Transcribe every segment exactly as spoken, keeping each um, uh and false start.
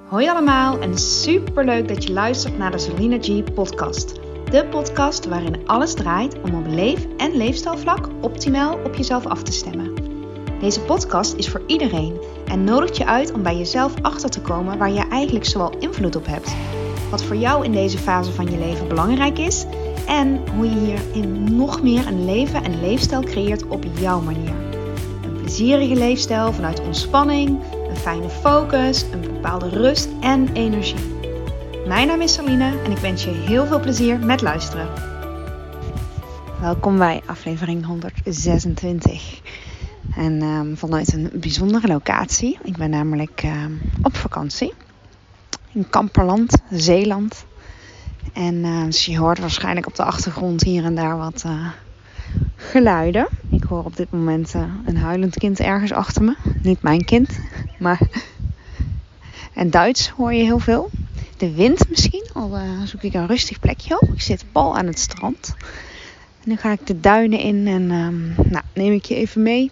Hoi allemaal en superleuk dat je luistert naar de Salina G podcast. De podcast waarin alles draait om op leef- en leefstijlvlak optimaal op jezelf af te stemmen. Deze podcast is voor iedereen en nodigt je uit om bij jezelf achter te komen waar je eigenlijk zoal invloed op hebt. Wat voor jou in deze fase van je leven belangrijk is en hoe je hierin nog meer een leven en leefstijl creëert op jouw manier. Een plezierige leefstijl vanuit ontspanning, een fijne focus, een bepaalde rust en energie. Mijn naam is Salina en ik wens je heel veel plezier met luisteren. Welkom bij aflevering honderdzesentwintig. En um, vanuit een bijzondere locatie. Ik ben namelijk um, op vakantie. In Kamperland, Zeeland. En uh, dus je hoort waarschijnlijk op de achtergrond hier en daar wat uh, geluiden. Ik hoor op dit moment uh, een huilend kind ergens achter me. Niet mijn kind, maar... En Duits hoor je heel veel. De wind misschien, al uh, zoek ik een rustig plekje op. Ik zit pal aan het strand. En nu ga ik de duinen in en um, nou, neem ik je even mee.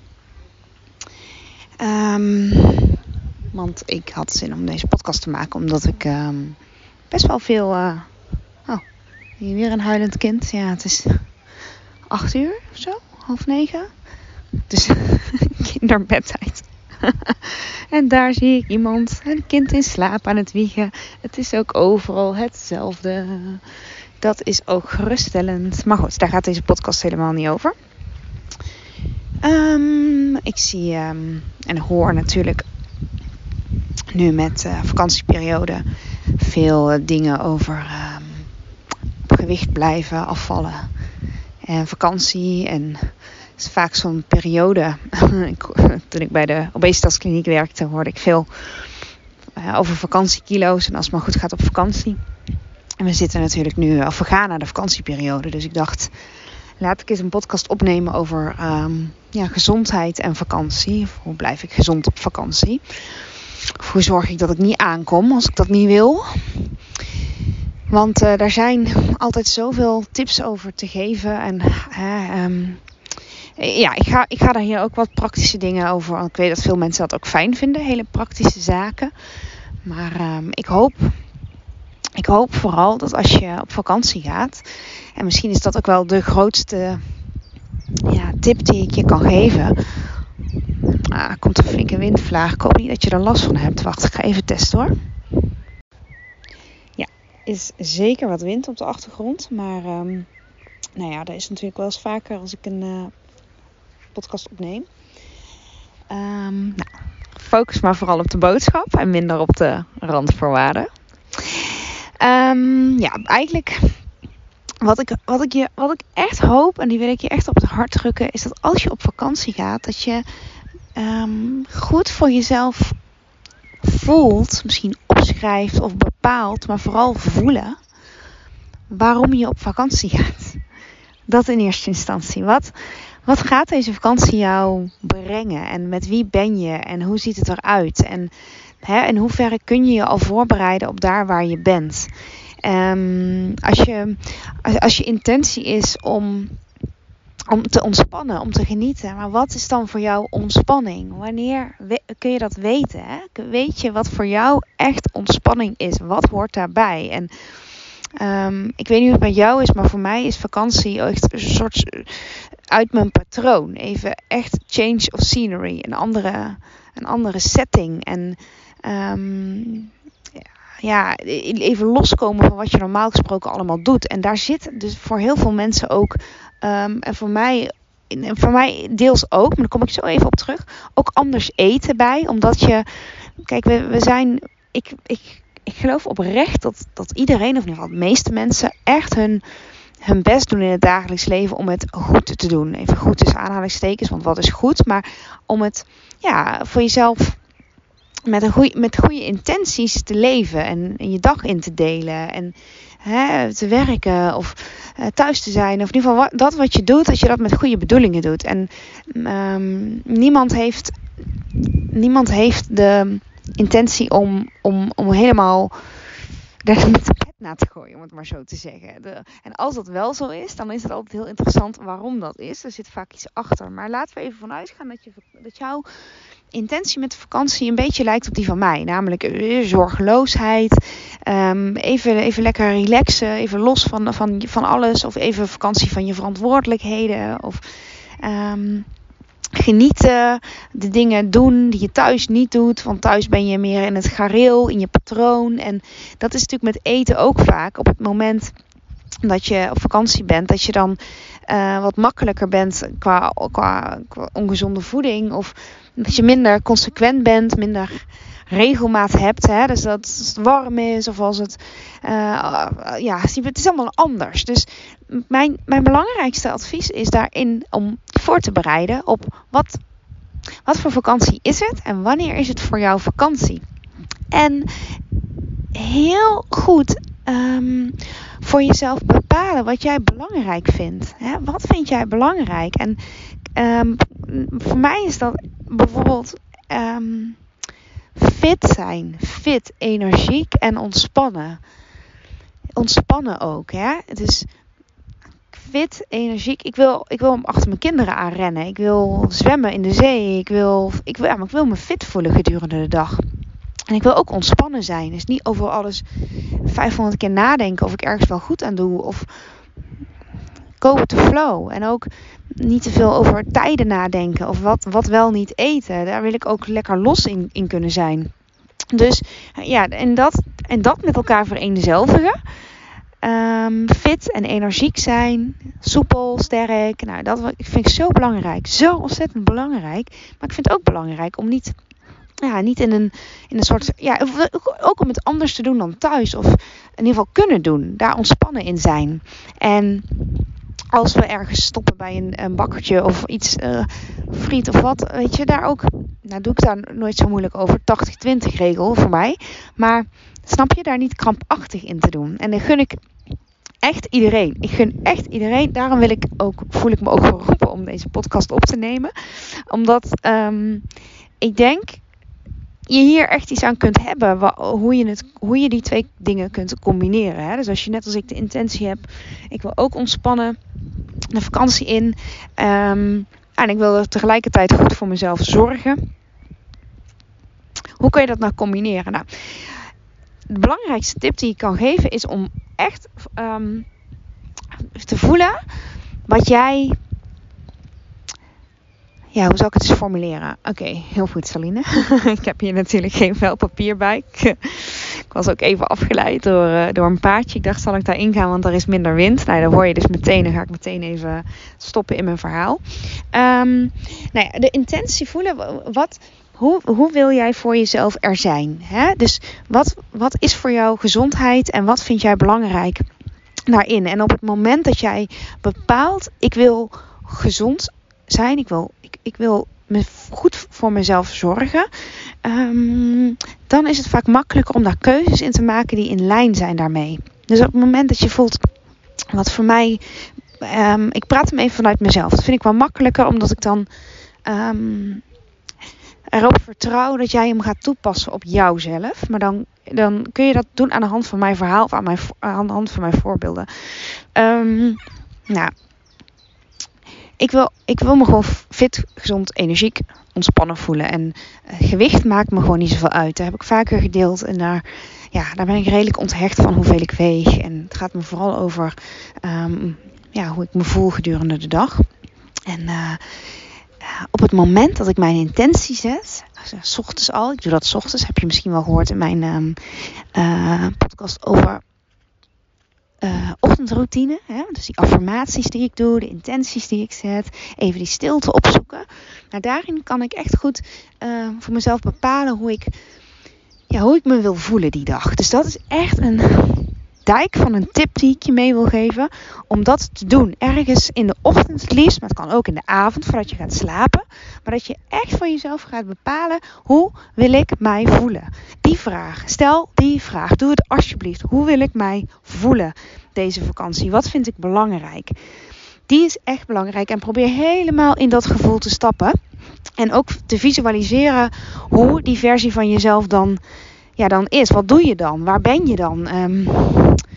Um, want ik had zin om deze podcast te maken, omdat ik um, best wel veel... Uh, oh, hier weer een huilend kind. Ja, het is acht uur of zo, half negen. Dus kinderbedtijd. En daar zie ik iemand, een kind in slaap aan het wiegen. Het is ook overal hetzelfde. Dat is ook geruststellend. Maar goed, daar gaat deze podcast helemaal niet over. Um, ik zie um, en hoor natuurlijk nu met uh, vakantieperiode veel uh, dingen over um, op gewicht blijven, afvallen en vakantie. En het is vaak zo'n periode. Toen ik bij de obesitaskliniek werkte, hoorde ik veel uh, over vakantiekilo's en als het maar goed gaat op vakantie. En we zitten natuurlijk nu, of we gaan naar de vakantieperiode. Dus ik dacht, laat ik eens een podcast opnemen over um, ja, gezondheid en vakantie. Hoe blijf ik gezond op vakantie? Of hoe zorg ik dat ik niet aankom als ik dat niet wil? Want uh, daar zijn altijd zoveel tips over te geven. En uh, um, ja, ik ga, ik ga daar hier ook wat praktische dingen over. Want ik weet dat veel mensen dat ook fijn vinden. Hele praktische zaken. Maar um, ik hoop... Ik hoop vooral dat als je op vakantie gaat, en misschien is dat ook wel de grootste ja, tip die ik je kan geven. Ah, er komt een flinke windvlaag. Ik hoop niet dat je er last van hebt. Wacht, ik ga even testen hoor. Ja, is zeker wat wind op de achtergrond. Maar um, nou ja, dat is natuurlijk wel eens vaker als ik een uh, podcast opneem. Um, nou, focus maar vooral op de boodschap en minder op de randvoorwaarden. Um, ja, eigenlijk wat ik, wat, ik je, wat ik echt hoop, en die wil ik je echt op het hart drukken, is dat als je op vakantie gaat, dat je um, goed voor jezelf voelt, misschien opschrijft of bepaalt, maar vooral voelen waarom je op vakantie gaat. Dat in eerste instantie. Wat, wat gaat deze vakantie jou brengen? En met wie ben je? En hoe ziet het eruit? En He, in hoeverre kun je je al voorbereiden op daar waar je bent? Um, als, je, als, als je intentie is om, om te ontspannen, om te genieten. Maar wat is dan voor jou ontspanning? Wanneer we, kun je dat weten? Hè? Weet je wat voor jou echt ontspanning is? Wat hoort daarbij? En um, ik weet niet hoe het met jou is, maar voor mij is vakantie echt een soort uit mijn patroon. Even echt change of scenery. Een andere, een andere setting. En Um, ja, even loskomen van wat je normaal gesproken allemaal doet. En daar zit dus voor heel veel mensen ook, um, en voor mij, en voor mij deels ook, maar daar kom ik zo even op terug, ook anders eten bij. Omdat je, kijk, we, we zijn, ik, ik, ik geloof oprecht dat, dat iedereen, of in ieder geval de meeste mensen, echt hun, hun best doen in het dagelijks leven om het goed te doen. Even goed tussen aanhalingstekens, want wat is goed? Maar om het, ja, voor jezelf... Met, een goeie, met goede intenties te leven en, en je dag in te delen en hè, te werken of uh, thuis te zijn. Of in ieder geval wat, dat wat je doet, dat je dat met goede bedoelingen doet. En um, niemand heeft, niemand heeft de intentie om, om, om helemaal met de pet na te gooien, om het maar zo te zeggen. De, en als dat wel zo is, dan is het altijd heel interessant waarom dat is. Er zit vaak iets achter. Maar laten we even vanuit gaan dat, je, dat jouw intentie met de vakantie een beetje lijkt op die van mij. Namelijk uh, zorgeloosheid. Um, even, even lekker relaxen. Even los van, van, van alles. Of even vakantie van je verantwoordelijkheden. Of um, genieten. De dingen doen die je thuis niet doet. Want thuis ben je meer in het gareel, in je patroon. En dat is natuurlijk met eten ook vaak. Op het moment dat je op vakantie bent, dat je dan uh, wat makkelijker bent qua, qua, qua ongezonde voeding. Of dat je minder consequent bent, minder regelmaat hebt. Hè? Dus dat als het warm is of als het... Uh, uh, ja, het is allemaal anders. Dus mijn, mijn belangrijkste advies is daarin om voor te bereiden op wat, wat voor vakantie is het en wanneer is het voor jou vakantie. En heel goed um, voor jezelf bepalen wat jij belangrijk vindt. Hè? Wat vind jij belangrijk? En um, voor mij is dat bijvoorbeeld um, fit zijn. Fit, energiek en ontspannen. Ontspannen ook. Hè? Dus fit, energiek. Ik wil, ik wil achter mijn kinderen aanrennen. Ik wil zwemmen in de zee. Ik wil, ik wil, ja, maar ik wil me fit voelen gedurende de dag. En ik wil ook ontspannen zijn. Dus niet over alles vijfhonderd keer nadenken of ik ergens wel goed aan doe. Of go with the flow. En ook niet te veel over tijden nadenken. Of wat, wat wel niet eten. Daar wil ik ook lekker los in, in kunnen zijn. Dus ja, en dat, en dat met elkaar vereenzelvigen. Um, fit en energiek zijn. Soepel, sterk. Nou, dat vind ik zo belangrijk. Zo ontzettend belangrijk. Maar ik vind het ook belangrijk om niet... Ja, niet in een, in een soort... Ja, ook om het anders te doen dan thuis. Of in ieder geval kunnen doen. Daar ontspannen in zijn. En als we ergens stoppen bij een, een bakkertje of iets, uh, friet of wat, weet je, daar ook... Nou, doe ik daar nooit zo moeilijk over. tachtig twintig regel voor mij. Maar snap je, daar niet krampachtig in te doen. En dan gun ik echt iedereen. Ik gun echt iedereen. Daarom wil ik ook, voel ik me ook geroepen om deze podcast op te nemen. Omdat um, ik denk... je hier echt iets aan kunt hebben. Wa- hoe, je het, hoe je die twee dingen kunt combineren. Hè? Dus als je net als ik de intentie hebt. Ik wil ook ontspannen. De vakantie in. Um, en ik wil er tegelijkertijd goed voor mezelf zorgen. Hoe kun je dat nou combineren? Nou, de belangrijkste tip die ik kan geven is om echt um, te voelen wat jij... Ja, hoe zal ik het eens formuleren? Oké, okay, heel goed, Saline. Ik heb hier natuurlijk geen vel papier bij. Ik was ook even afgeleid door, uh, door een paardje. Ik dacht, zal ik daar ingaan, want er is minder wind. Nou, dan hoor je dus meteen. Dan ga ik meteen even stoppen in mijn verhaal. Um, nou ja, de intentie voelen. Wat, hoe, hoe wil jij voor jezelf er zijn? Hè? Dus wat, wat is voor jou gezondheid en wat vind jij belangrijk daarin? En op het moment dat jij bepaalt, ik wil gezond zijn, ik wil... Ik wil me goed voor mezelf zorgen. Um, dan is het vaak makkelijker om daar keuzes in te maken die in lijn zijn daarmee. Dus op het moment dat je voelt, wat voor mij... Um, ik praat hem even vanuit mezelf. Dat vind ik wel makkelijker, omdat ik dan um, erop vertrouw dat jij hem gaat toepassen op jouzelf. Maar dan, dan kun je dat doen aan de hand van mijn verhaal of aan, mijn, aan de hand van mijn voorbeelden. Um, nou... Ik wil, ik wil me gewoon fit, gezond, energiek, ontspannen voelen. En uh, gewicht maakt me gewoon niet zoveel uit. Dat heb ik vaker gedeeld. En daar, ja, daar ben ik redelijk onthecht van hoeveel ik weeg. En het gaat me vooral over um, ja, hoe ik me voel gedurende de dag. En uh, uh, op het moment dat ik mijn intentie zet, uh, 's ochtends al, ik doe dat 's ochtends, heb je misschien wel gehoord in mijn um, uh, podcast over... Uh, ochtendroutine, hè? Dus die affirmaties die ik doe, de intenties die ik zet, even die stilte opzoeken. Nou, daarin kan ik echt goed uh, voor mezelf bepalen hoe ik, ja, hoe ik me wil voelen die dag. Dus dat is echt een dijk van een tip die ik je mee wil geven om dat te doen. Ergens in de ochtend het liefst, maar het kan ook in de avond voordat je gaat slapen. Maar dat je echt voor jezelf gaat bepalen, hoe wil ik mij voelen? Die vraag, stel die vraag, doe het alsjeblieft. Hoe wil ik mij voelen deze vakantie? Wat vind ik belangrijk? Die is echt belangrijk en probeer helemaal in dat gevoel te stappen. En ook te visualiseren hoe die versie van jezelf dan... Ja, dan is. Wat doe je dan? Waar ben je dan? Um,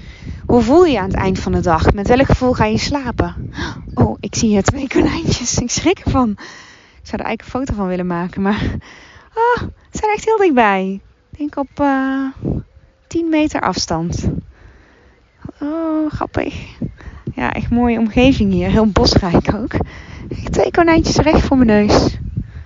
Hoe voel je je aan het eind van de dag? Met welk gevoel ga je slapen? Oh, ik zie hier twee konijntjes. Ik schrik ervan. Ik zou er eigenlijk een foto van willen maken. Maar oh, ze zijn echt heel dichtbij. Ik denk op uh, tien meter afstand. Oh, grappig. Ja, echt mooie omgeving hier. Heel bosrijk ook. Echt twee konijntjes recht voor mijn neus.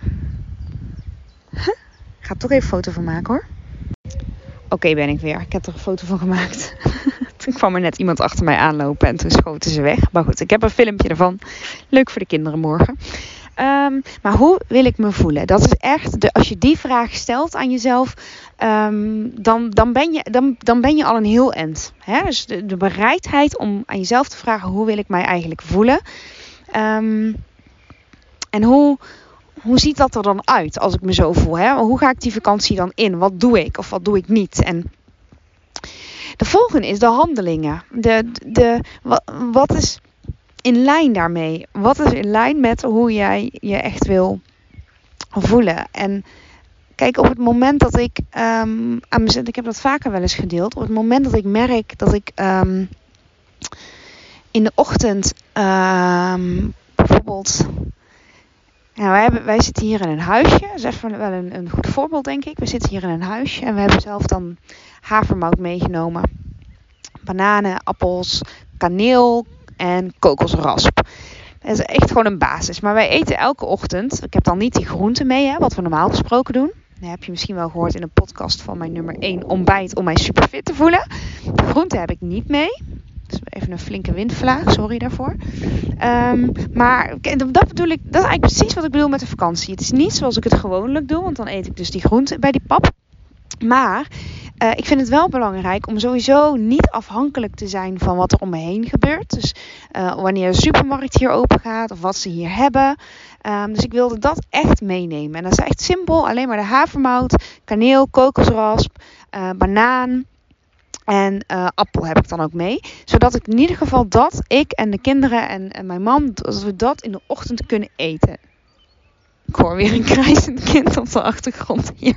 Huh? Ik ga er toch even een foto van maken hoor. Oké, okay, ben ik weer. Ik heb er een foto van gemaakt. Toen kwam er net iemand achter mij aanlopen en toen schoten ze weg. Maar goed, ik heb een filmpje ervan. Leuk voor de kinderen morgen. Um, maar hoe wil ik me voelen? Dat is echt, de, als je die vraag stelt aan jezelf, um, dan, dan, ben je, dan, dan ben je al een heel eind. Hè? Dus de, de bereidheid om aan jezelf te vragen, hoe wil ik mij eigenlijk voelen? Um, en hoe, hoe ziet dat er dan uit als ik me zo voel? Hè? Hoe ga ik die vakantie dan in? Wat doe ik of wat doe ik niet? En de volgende is de handelingen. De, de, de, wat, wat is in lijn daarmee? Wat is in lijn met hoe jij je echt wil voelen? En kijk, op het moment dat ik um, aan mezelf, ik heb dat vaker wel eens gedeeld, op het moment dat ik merk dat ik um, in de ochtend um, bijvoorbeeld, ja, wij, hebben, wij zitten hier in een huisje, dat is even wel een, een goed voorbeeld denk ik. We zitten hier in een huisje en we hebben zelf dan havermout meegenomen, bananen, appels, kaneel en kokosrasp. Dat is echt gewoon een basis. Maar wij eten elke ochtend. Ik heb dan niet die groenten mee, hè, wat we normaal gesproken doen. Dat heb je misschien wel gehoord in de podcast van mijn nummer één ontbijt om mij super fit te voelen. De groenten heb ik niet mee. Dus even een flinke windvlaag, sorry daarvoor. Um, maar dat bedoel ik, dat is eigenlijk precies wat ik bedoel met de vakantie. Het is niet zoals ik het gewoonlijk doe, want dan eet ik dus die groenten bij die pap. Maar Uh, ik vind het wel belangrijk om sowieso niet afhankelijk te zijn van wat er om me heen gebeurt. Dus uh, wanneer de supermarkt hier open gaat of wat ze hier hebben. Um, dus ik wilde dat echt meenemen. En dat is echt simpel. Alleen maar de havermout, kaneel, kokosrasp, uh, banaan en uh, appel heb ik dan ook mee. Zodat ik in ieder geval dat, ik en de kinderen en, en mijn man, dat we dat in de ochtend kunnen eten. Ik hoor weer een krijzend kind op de achtergrond hier.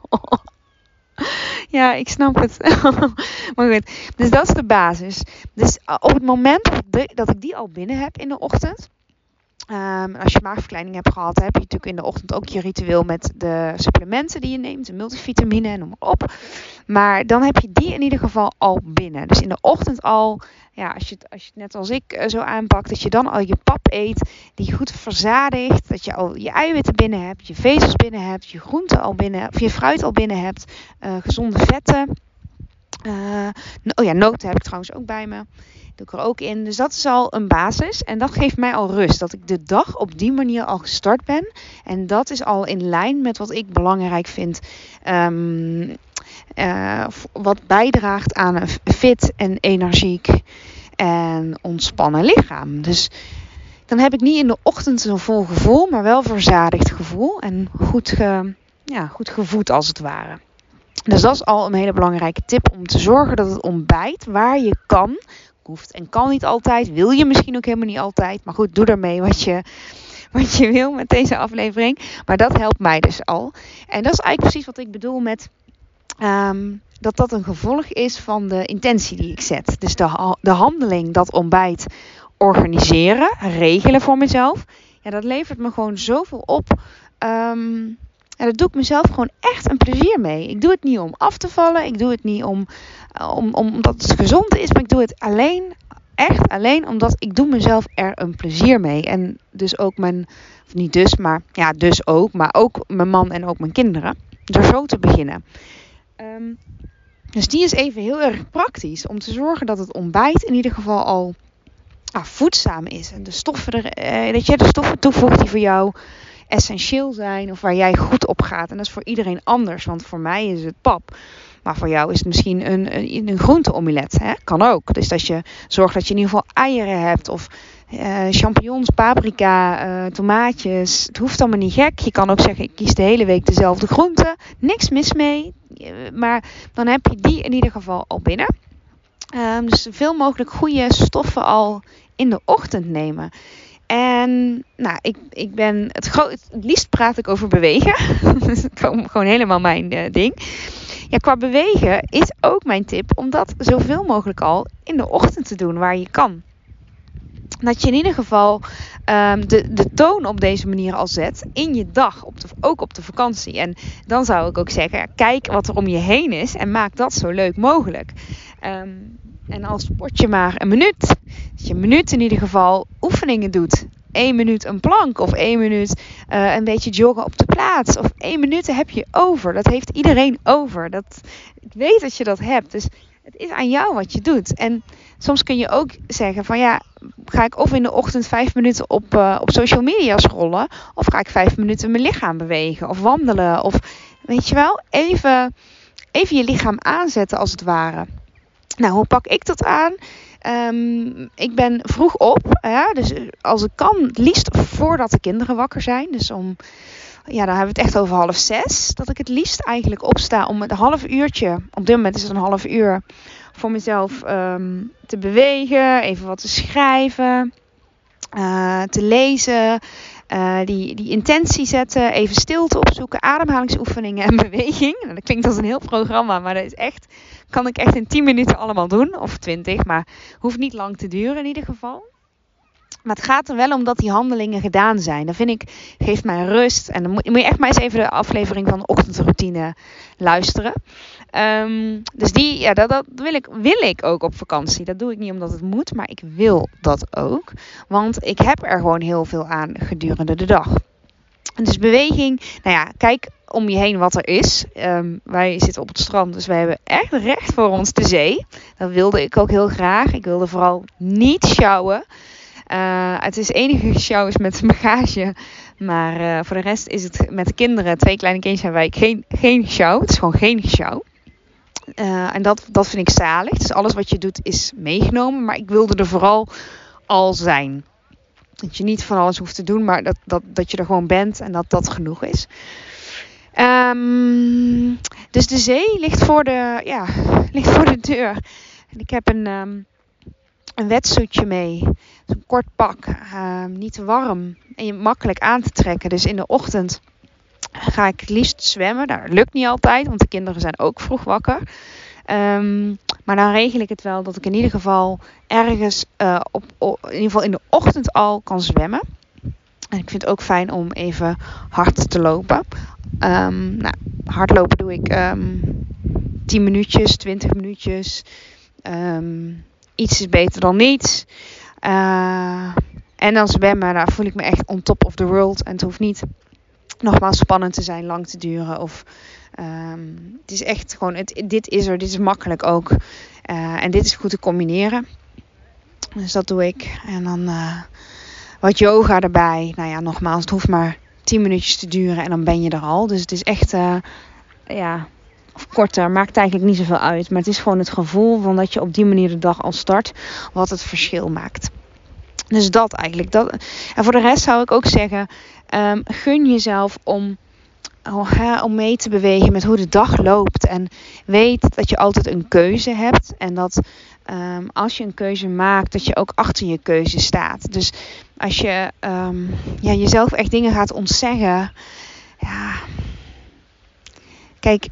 Ja, ik snap het. Maar goed, dus dat is de basis. Dus op het moment dat ik, de, dat ik die al binnen heb in de ochtend. Um, als je maagverkleining hebt gehad, heb je natuurlijk in de ochtend ook je ritueel met de supplementen die je neemt. De multivitamine en noem maar op. Maar dan heb je die in ieder geval al binnen. Dus in de ochtend al, ja, als je het, als je het net als ik uh, zo aanpakt, dat je dan al je pap eet, die goed verzadigt. Dat je al je eiwitten binnen hebt, je vezels binnen hebt, je groenten al binnen, of je fruit al binnen hebt. Uh, gezonde vetten. Uh, oh ja, noten heb ik trouwens ook bij me. Doe ik er ook in. Dus dat is al een basis. En dat geeft mij al rust. Dat ik de dag op die manier al gestart ben. En dat is al in lijn met wat ik belangrijk vind. Um, uh, wat bijdraagt aan een fit en energiek en ontspannen lichaam. Dus dan heb ik niet in de ochtend een vol gevoel. Maar wel verzadigd gevoel. En goed, ge, ja, goed gevoed als het ware. Dus dat is al een hele belangrijke tip. Om te zorgen dat het ontbijt waar je kan. Hoeft en kan niet altijd. Wil je misschien ook helemaal niet altijd. Maar goed, doe ermee wat je, wat je wil met deze aflevering. Maar dat helpt mij dus al. En dat is eigenlijk precies wat ik bedoel met um, dat dat een gevolg is van de intentie die ik zet. Dus de, de handeling, dat ontbijt organiseren, regelen voor mezelf. Ja, dat levert me gewoon zoveel op. Um, Ja, dat doe ik mezelf gewoon echt een plezier mee. Ik doe het niet om af te vallen. Ik doe het niet om, om, om, omdat het gezond is. Maar ik doe het alleen, echt alleen omdat ik doe mezelf er een plezier mee. En dus ook mijn, of niet dus, maar ja, dus ook. Maar ook mijn man en ook mijn kinderen. Door zo te beginnen. Um, dus die is even heel erg praktisch. Om te zorgen dat het ontbijt in ieder geval al ah, voedzaam is. En de stoffen er, eh, dat je de stoffen toevoegt die voor jou essentieel zijn of waar jij goed op gaat. En dat is voor iedereen anders, want voor mij is het pap. Maar voor jou is het misschien een, een, een groente-omelet. Hè? Kan ook. Dus dat je zorgt dat je in ieder geval eieren hebt of uh, champignons, paprika, uh, tomaatjes. Het hoeft allemaal niet gek. Je kan ook zeggen, ik kies de hele week dezelfde groenten. Niks mis mee. Maar dan heb je die in ieder geval al binnen. Um, dus zoveel mogelijk goede stoffen al in de ochtend nemen. En nou, ik, ik ben het, gro- het liefst praat ik over bewegen. Dat is gewoon helemaal mijn uh, ding. ja, qua bewegen is ook mijn tip om dat zoveel mogelijk al in de ochtend te doen waar je kan. Dat je in ieder geval um, de, de toon op deze manier al zet in je dag, op de, ook op de vakantie. En dan zou ik ook zeggen, ja, kijk wat er om je heen is en maak dat zo leuk mogelijk. Um, en als sport je maar een minuut, dat je een minuut in ieder geval oefeningen doet. Eén minuut een plank of één minuut uh, een beetje joggen op de plaats. Of één minuut heb je over. Dat heeft iedereen over. Dat, ik weet dat je dat hebt. Dus het is aan jou wat je doet. En soms kun je ook zeggen van ja, ga ik of in de ochtend vijf minuten op, uh, op social media scrollen. Of ga ik vijf minuten mijn lichaam bewegen. Of wandelen. Of weet je wel, even, even je lichaam aanzetten als het ware. Nou, hoe pak ik dat aan? Um, ik ben vroeg op. Ja, dus als ik kan, het liefst voordat de kinderen wakker zijn. Dus om, ja, dan hebben we het echt over half zes. Dat ik het liefst eigenlijk opsta om een half uurtje. Op dit moment is het een half uur. Voor mezelf um, te bewegen. Even wat te schrijven. Uh, te lezen. Uh, die, die intentie zetten. Even stilte opzoeken. Ademhalingsoefeningen en beweging. Nou, dat klinkt als een heel programma. Maar dat is echt, kan ik echt in tien minuten allemaal doen. Of twintig. Maar hoeft niet lang te duren in ieder geval. Maar het gaat er wel om dat die handelingen gedaan zijn. Dat vind ik, geeft mij rust. En dan moet, moet je echt maar eens even de aflevering van de ochtendroutine luisteren. Um, dus die, ja, dat, dat wil, ik, wil ik ook op vakantie. Dat doe ik niet omdat het moet, maar ik wil dat ook. Want ik heb er gewoon heel veel aan gedurende de dag. Dus beweging, nou ja, kijk om je heen wat er is. Um, wij zitten op het strand, dus wij hebben echt recht voor ons de zee. Dat wilde ik ook heel graag. Ik wilde vooral niet sjouwen. Uh, het is enige gesjouw is met bagage. Maar uh, voor de rest is het met de kinderen, twee kleine kindjes hebben wij geen, geen sjouw. Het is gewoon geen sjouw. Uh, en dat, dat vind ik zalig. Dus alles wat je doet is meegenomen. Maar ik wilde er vooral al zijn. Dat je niet van alles hoeft te doen, maar dat, dat, dat je er gewoon bent en dat dat genoeg is. Um, dus de zee ligt voor de, ja, ligt voor de deur. En ik heb een, um, een wetsuitje mee. Een kort pak. Uh, niet te warm. En je makkelijk aan te trekken. Dus in de ochtend ga ik het liefst zwemmen. Nou, dat lukt niet altijd, want de kinderen zijn ook vroeg wakker. Um, maar dan regel ik het wel dat ik in ieder geval ergens uh, op, op, in ieder geval in de ochtend al kan zwemmen. En ik vind het ook fijn om even hard te lopen. Um, nou, hardlopen doe ik um, tien minuutjes, twintig minuutjes. Um, iets is beter dan niets. Uh, en dan zwemmen, daar voel ik me echt on top of the world. En het hoeft niet nogmaals spannend te zijn, lang te duren. Of um, het is echt gewoon, het, dit is er, dit is makkelijk ook. Uh, en dit is goed te combineren. Dus dat doe ik. En dan uh, wat yoga erbij. Nou ja, nogmaals, het hoeft maar tien minuutjes te duren en dan ben je er al. Dus het is echt, uh, ja, of korter, maakt eigenlijk niet zoveel uit. Maar het is gewoon het gevoel van dat je op die manier de dag al start, wat het verschil maakt. Dus dat eigenlijk. Dat. En voor de rest zou ik ook zeggen, um, gun jezelf om, oh, hè, om mee te bewegen met hoe de dag loopt. En weet dat je altijd een keuze hebt. En dat um, als je een keuze maakt, dat je ook achter je keuze staat. Dus als je um, ja, jezelf echt dingen gaat ontzeggen. Ja, kijk,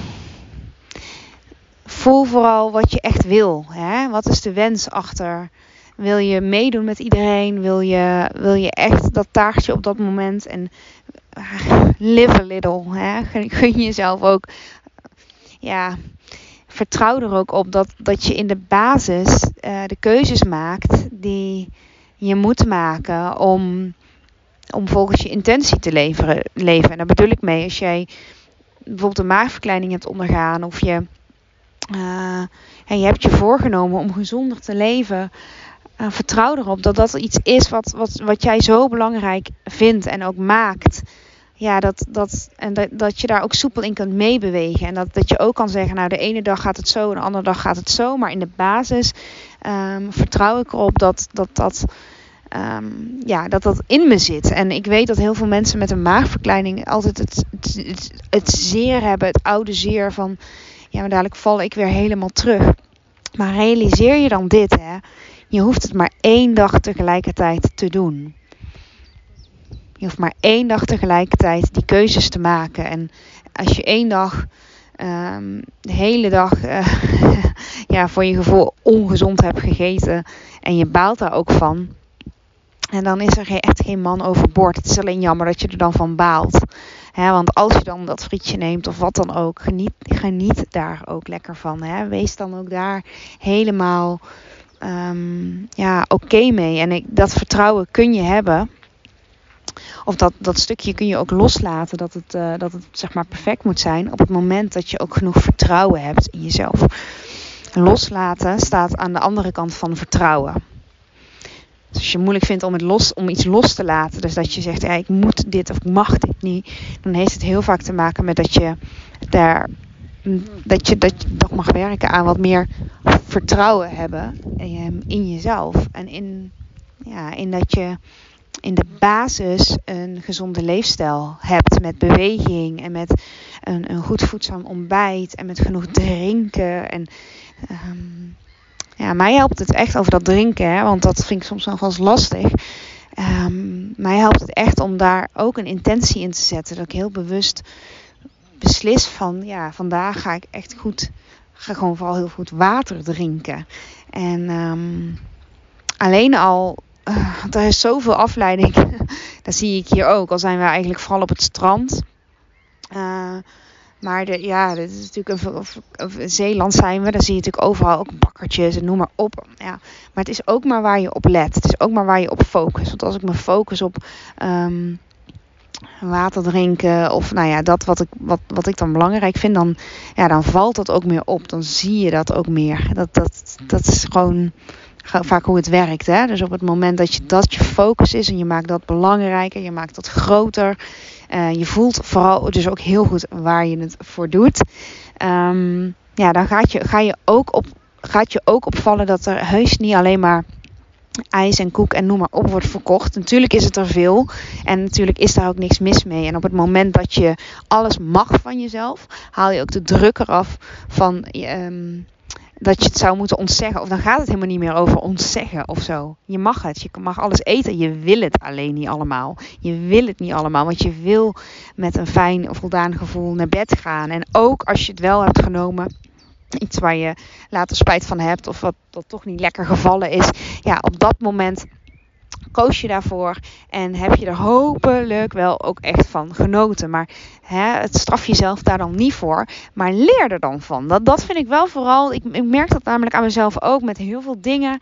voel vooral wat je echt wil. Hè? Wat is de wens achter? Wil je meedoen met iedereen? Wil je, wil je echt dat taartje op dat moment? En uh, live a little. Hè? Gun, gun jezelf ook. Ja, vertrouw er ook op dat, dat je in de basis uh, de keuzes maakt die je moet maken om, om volgens je intentie te leveren, leven. En daar bedoel ik mee, als jij bijvoorbeeld een maagverkleining hebt ondergaan of je, uh, en je hebt je voorgenomen om gezonder te leven. Uh, vertrouw erop dat dat iets is wat, wat, wat jij zo belangrijk vindt en ook maakt. Ja, dat, dat, en dat, dat je daar ook soepel in kunt meebewegen. En dat, dat je ook kan zeggen, nou de ene dag gaat het zo en de andere dag gaat het zo. Maar in de basis um, vertrouw ik erop dat dat, dat, um, ja, dat dat in me zit. En ik weet dat heel veel mensen met een maagverkleining altijd het, het, het, het zeer hebben. Het oude zeer van, ja maar dadelijk val ik weer helemaal terug. Maar realiseer je dan dit, hè. Je hoeft het maar één dag tegelijkertijd te doen. Je hoeft maar één dag tegelijkertijd die keuzes te maken. En als je één dag um, de hele dag uh, ja, voor je gevoel ongezond hebt gegeten en je baalt daar ook van. En dan is er echt geen man overboord. Het is alleen jammer dat je er dan van baalt. He, want als je dan dat frietje neemt of wat dan ook, geniet, geniet daar ook lekker van. He. Wees dan ook daar helemaal um, ja, oké okay mee. En ik, dat vertrouwen kun je hebben. Of dat, dat stukje kun je ook loslaten. Dat het, uh, dat het zeg maar perfect moet zijn. Op het moment dat je ook genoeg vertrouwen hebt in jezelf. Loslaten staat aan de andere kant van vertrouwen. Dus als je het moeilijk vindt om, het los, om iets los te laten. Dus dat je zegt, ja, ik moet dit of ik mag dit niet. Dan heeft het heel vaak te maken met dat je daar dat je, dat je toch mag werken aan wat meer vertrouwen hebben in jezelf. En in, ja, in dat je in de basis een gezonde leefstijl hebt. Met beweging en met een, een goed voedzaam ontbijt. En met genoeg drinken. En um, ja, mij helpt het echt over dat drinken. Hè, want dat vind ik soms nog wel eens lastig. Um, mij helpt het echt om daar ook een intentie in te zetten. Dat ik heel bewust beslis van, ja, vandaag ga ik echt goed, ga gewoon vooral heel goed water drinken. En um, alleen al, uh, er is zoveel afleiding. Dat zie ik hier ook. Al zijn we eigenlijk vooral op het strand. Uh, maar de, ja, dit is natuurlijk een, of, of Zeeland zijn we. Daar zie je natuurlijk overal ook bakkertjes en noem maar op. Ja, maar het is ook maar waar je op let. Het is ook maar waar je op focust. Want als ik me focus op Um, water drinken of nou ja, dat wat ik, wat, wat ik dan belangrijk vind, dan, ja, dan valt dat ook meer op. Dan zie je dat ook meer. Dat, dat, dat is gewoon vaak hoe het werkt. Hè? Dus op het moment dat je, dat je focus is en je maakt dat belangrijker, je maakt dat groter. Uh, je voelt vooral dus ook heel goed waar je het voor doet. Um, ja, dan gaat je, ga je ook op, gaat je ook opvallen dat er heus niet alleen maar ijs en koek en noem maar op wordt verkocht. Natuurlijk is het er veel. En natuurlijk is daar ook niks mis mee. En op het moment dat je alles mag van jezelf, haal je ook de druk eraf van um, dat je het zou moeten ontzeggen. Of dan gaat het helemaal niet meer over ontzeggen of zo. Je mag het. Je mag alles eten. Je wil het alleen niet allemaal. Je wil het niet allemaal. Want je wil met een fijn, voldaan gevoel naar bed gaan. En ook als je het wel hebt genomen, iets waar je later spijt van hebt of wat, wat toch niet lekker gevallen is. Ja, op dat moment koos je daarvoor en heb je er hopelijk wel ook echt van genoten. Maar hè, het straf jezelf daar dan niet voor, maar leer er dan van. Dat, dat vind ik wel vooral, ik, ik merk dat namelijk aan mezelf ook met heel veel dingen.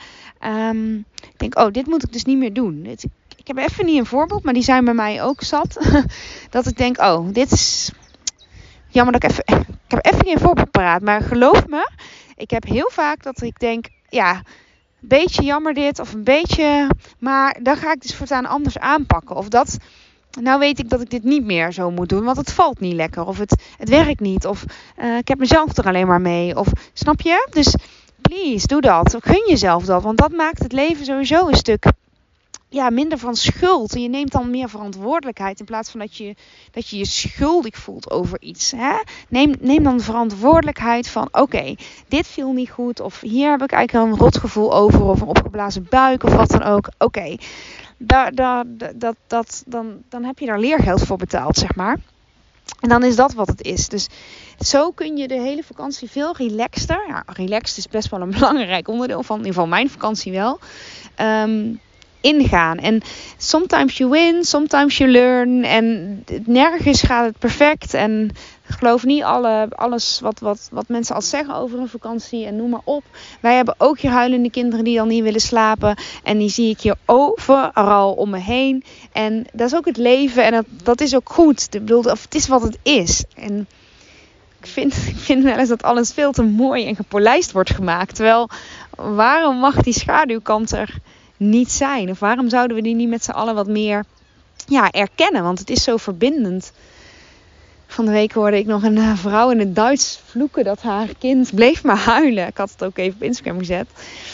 Um, ik denk, oh, dit moet ik dus niet meer doen. Dit, ik heb even niet een voorbeeld, maar die zijn bij mij ook zat. Dat ik denk, oh, dit is jammer dat ik even, ik heb even geen voorbeeld paraat, maar geloof me, ik heb heel vaak dat ik denk, ja, een beetje jammer dit of een beetje, maar dan ga ik dus voortaan anders aanpakken. Of dat, nou weet ik dat ik dit niet meer zo moet doen, want het valt niet lekker of het, het werkt niet. Of uh, ik heb mezelf er alleen maar mee. Of, snap je? Dus please, doe dat. Gun jezelf dat, want dat maakt het leven sowieso een stuk ja, minder van schuld. En je neemt dan meer verantwoordelijkheid in plaats van dat je dat je, je schuldig voelt over iets. Hè? Neem, neem dan de verantwoordelijkheid van oké, okay, dit viel niet goed. Of hier heb ik eigenlijk een rotgevoel over. Of een opgeblazen buik of wat dan ook. Oké, okay. Daar, daar, dat, dat, dan, dan heb je daar leergeld voor betaald, zeg maar. En dan is dat wat het is. Dus zo kun je de hele vakantie veel relaxter. Ja, relaxed is best wel een belangrijk onderdeel van in ieder geval mijn vakantie wel. Um, ingaan. En sometimes you win, sometimes you learn. En nergens gaat het perfect. En geloof niet alle, alles wat, wat, wat mensen al zeggen over een vakantie. En noem maar op. Wij hebben ook hier huilende kinderen die dan niet willen slapen. En die zie ik hier overal om me heen. En dat is ook het leven. En dat, dat is ook goed. Ik bedoel, of het is wat het is. En ik vind, ik vind wel eens dat alles veel te mooi en gepolijst wordt gemaakt. Terwijl, waarom mag die schaduwkant er niet zijn? Of waarom zouden we die niet met z'n allen wat meer ja, erkennen? Want het is zo verbindend. Van de week hoorde ik nog een vrouw in het Duits vloeken dat haar kind bleef maar huilen. Ik had het ook even op Instagram gezet.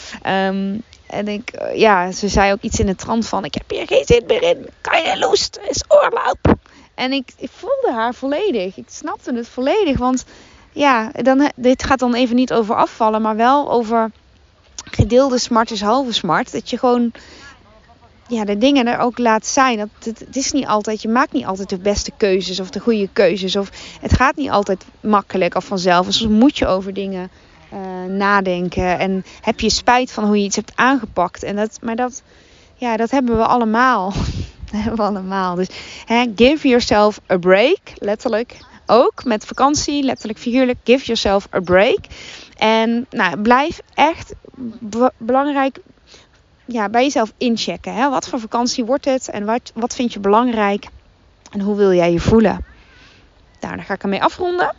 Um, en ik, ja, ze zei ook iets in de trant van, ik heb hier geen zin meer in. Keine Lust, het is oorloop. En ik, ik voelde haar volledig. Ik snapte het volledig. Want ja, dan, dit gaat dan even niet over afvallen, maar wel over gedeelde smart is halve smart. Dat je gewoon ja, de dingen er ook laat zijn. Dat, het, het is niet altijd, je maakt niet altijd de beste keuzes of de goede keuzes. Of het gaat niet altijd makkelijk of vanzelf. Dus soms moet je over dingen uh, nadenken. En heb je spijt van hoe je iets hebt aangepakt. En dat, maar dat, ja, dat hebben we allemaal. Dat hebben we allemaal. Dus hè, give yourself a break. Letterlijk. Ook met vakantie, letterlijk figuurlijk. Give yourself a break. En nou, blijf echt b- belangrijk... Ja, bij jezelf inchecken. Hè? Wat voor vakantie wordt het? En wat, wat vind je belangrijk? En hoe wil jij je voelen? Nou, daar ga ik ermee afronden.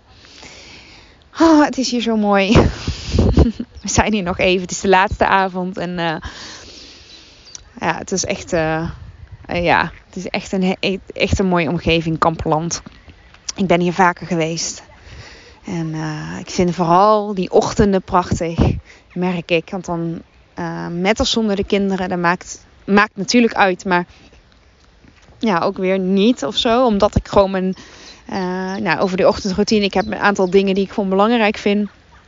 Oh, het is hier zo mooi. We zijn hier nog even. Het is de laatste avond. En uh, ja, het is echt... Uh, uh, ja, het is echt een, echt een mooie omgeving. Kamperland. Ik ben hier vaker geweest. En uh, ik vind vooral die ochtenden prachtig. Merk ik. Want dan... Uh, met of zonder de kinderen, dat maakt, maakt natuurlijk uit. Maar ja, ook weer niet of zo. Omdat ik gewoon mijn... Uh, nou, over de ochtendroutine. Ik heb een aantal dingen die ik gewoon belangrijk vind.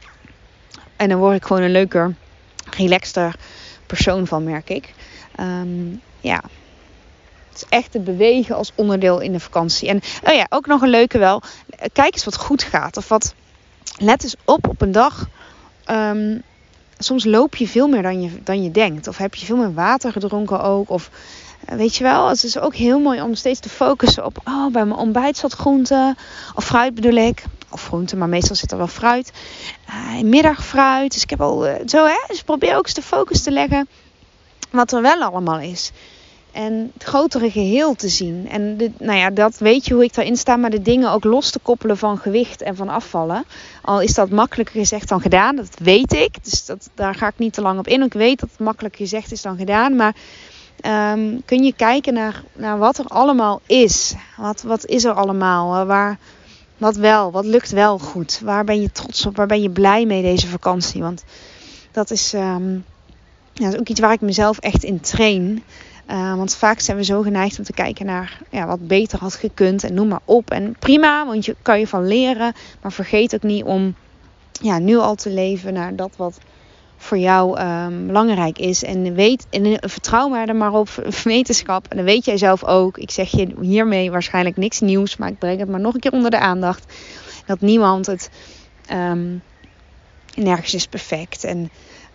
En dan word ik gewoon een leuker, relaxter persoon van, merk ik. Um, ja. Het is echt het bewegen als onderdeel in de vakantie. En oh ja, ook nog een leuke wel. Kijk eens wat goed gaat. Of wat... Let eens op op een dag... Um, Soms loop je veel meer dan je, dan je denkt. Of heb je veel meer water gedronken ook. Of weet je wel, het is ook heel mooi om steeds te focussen op... Oh, bij mijn ontbijt zat groente. Of fruit bedoel ik. Of groente, maar meestal zit er wel fruit. Uh, middagfruit. Dus ik heb al uh, zo hè. Dus probeer ook eens de focus te leggen. Wat er wel allemaal is. En het grotere geheel te zien. En de, nou ja, dat weet je hoe ik daarin sta. Maar de dingen ook los te koppelen van gewicht en van afvallen. Al is dat makkelijker gezegd dan gedaan. Dat weet ik. Dus dat, daar ga ik niet te lang op in. Ik weet dat het makkelijker gezegd is dan gedaan. Maar um, kun je kijken naar, naar wat er allemaal is. Wat, wat is er allemaal? Waar, wat wel? Wat lukt wel goed? Waar ben je trots op? Waar ben je blij mee deze vakantie? Want dat is, um, ja, dat is ook iets waar ik mezelf echt in train. Uh, want vaak zijn we zo geneigd om te kijken naar ja, wat beter had gekund. En noem maar op. En prima, want je kan je van leren. Maar vergeet ook niet om ja, nu al te leven naar dat wat voor jou um, belangrijk is. En, weet, en vertrouw maar er maar op wetenschap. En dan weet jij zelf ook. Ik zeg je hiermee waarschijnlijk niks nieuws. Maar ik breng het maar nog een keer onder de aandacht. Dat niemand het... Um, nergens is perfect. En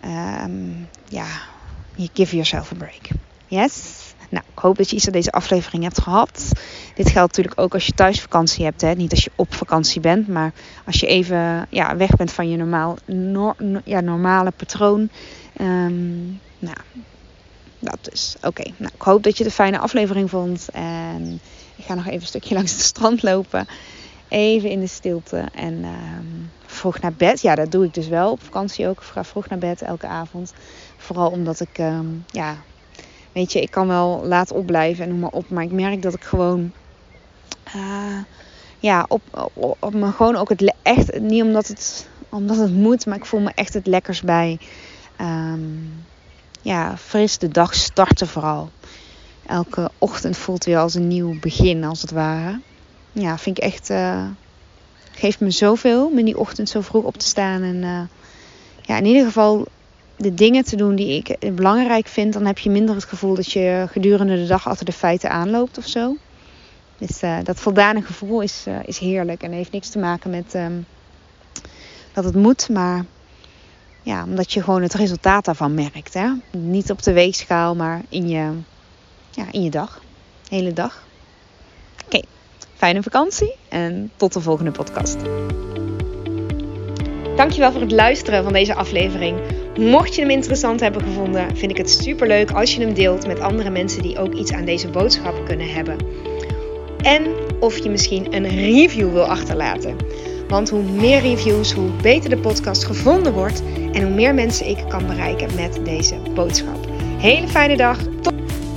um, ja, you give yourself a break. Yes? Nou, ik hoop dat je iets aan deze aflevering hebt gehad. Dit geldt natuurlijk ook als je thuisvakantie hebt. Hè? Niet als je op vakantie bent. Maar als je even ja, weg bent van je normaal, no, no, ja, normale patroon. Um, nou, dat dus. Oké, okay. Nou, ik hoop dat je het een fijne aflevering vond. En ik ga nog even een stukje langs het strand lopen. Even in de stilte. En um, vroeg naar bed. Ja, dat doe ik dus wel op vakantie ook. Ik ga vroeg naar bed elke avond. Vooral omdat ik... Um, ja, weet je, ik kan wel laat opblijven en noem maar op. Maar ik merk dat ik gewoon... Uh, ja, op, op, op me gewoon ook het... Le- echt, niet omdat het, omdat het moet. Maar ik voel me echt het lekkers bij. Um, ja, fris de dag starten vooral. Elke ochtend voelt weer als een nieuw begin, als het ware. Ja, vind ik echt... Uh, geeft me zoveel om in die ochtend zo vroeg op te staan. En uh, ja, in ieder geval de dingen te doen die ik belangrijk vind. Dan heb je minder het gevoel dat je gedurende de dag achter de feiten aanloopt of zo. Dus uh, dat voldane gevoel is, uh, is heerlijk. En heeft niks te maken met um, dat het moet. Maar ja, omdat je gewoon het resultaat daarvan merkt. Hè? Niet op de weegschaal, maar in je, ja, in je dag. De hele dag. Oké. Okay. Fijne vakantie en tot de volgende podcast. Dankjewel voor het luisteren van deze aflevering. Mocht je hem interessant hebben gevonden, vind ik het superleuk als je hem deelt met andere mensen die ook iets aan deze boodschap kunnen hebben. En of je misschien een review wil achterlaten. Want hoe meer reviews, hoe beter de podcast gevonden wordt en hoe meer mensen ik kan bereiken met deze boodschap. Hele fijne dag. Tot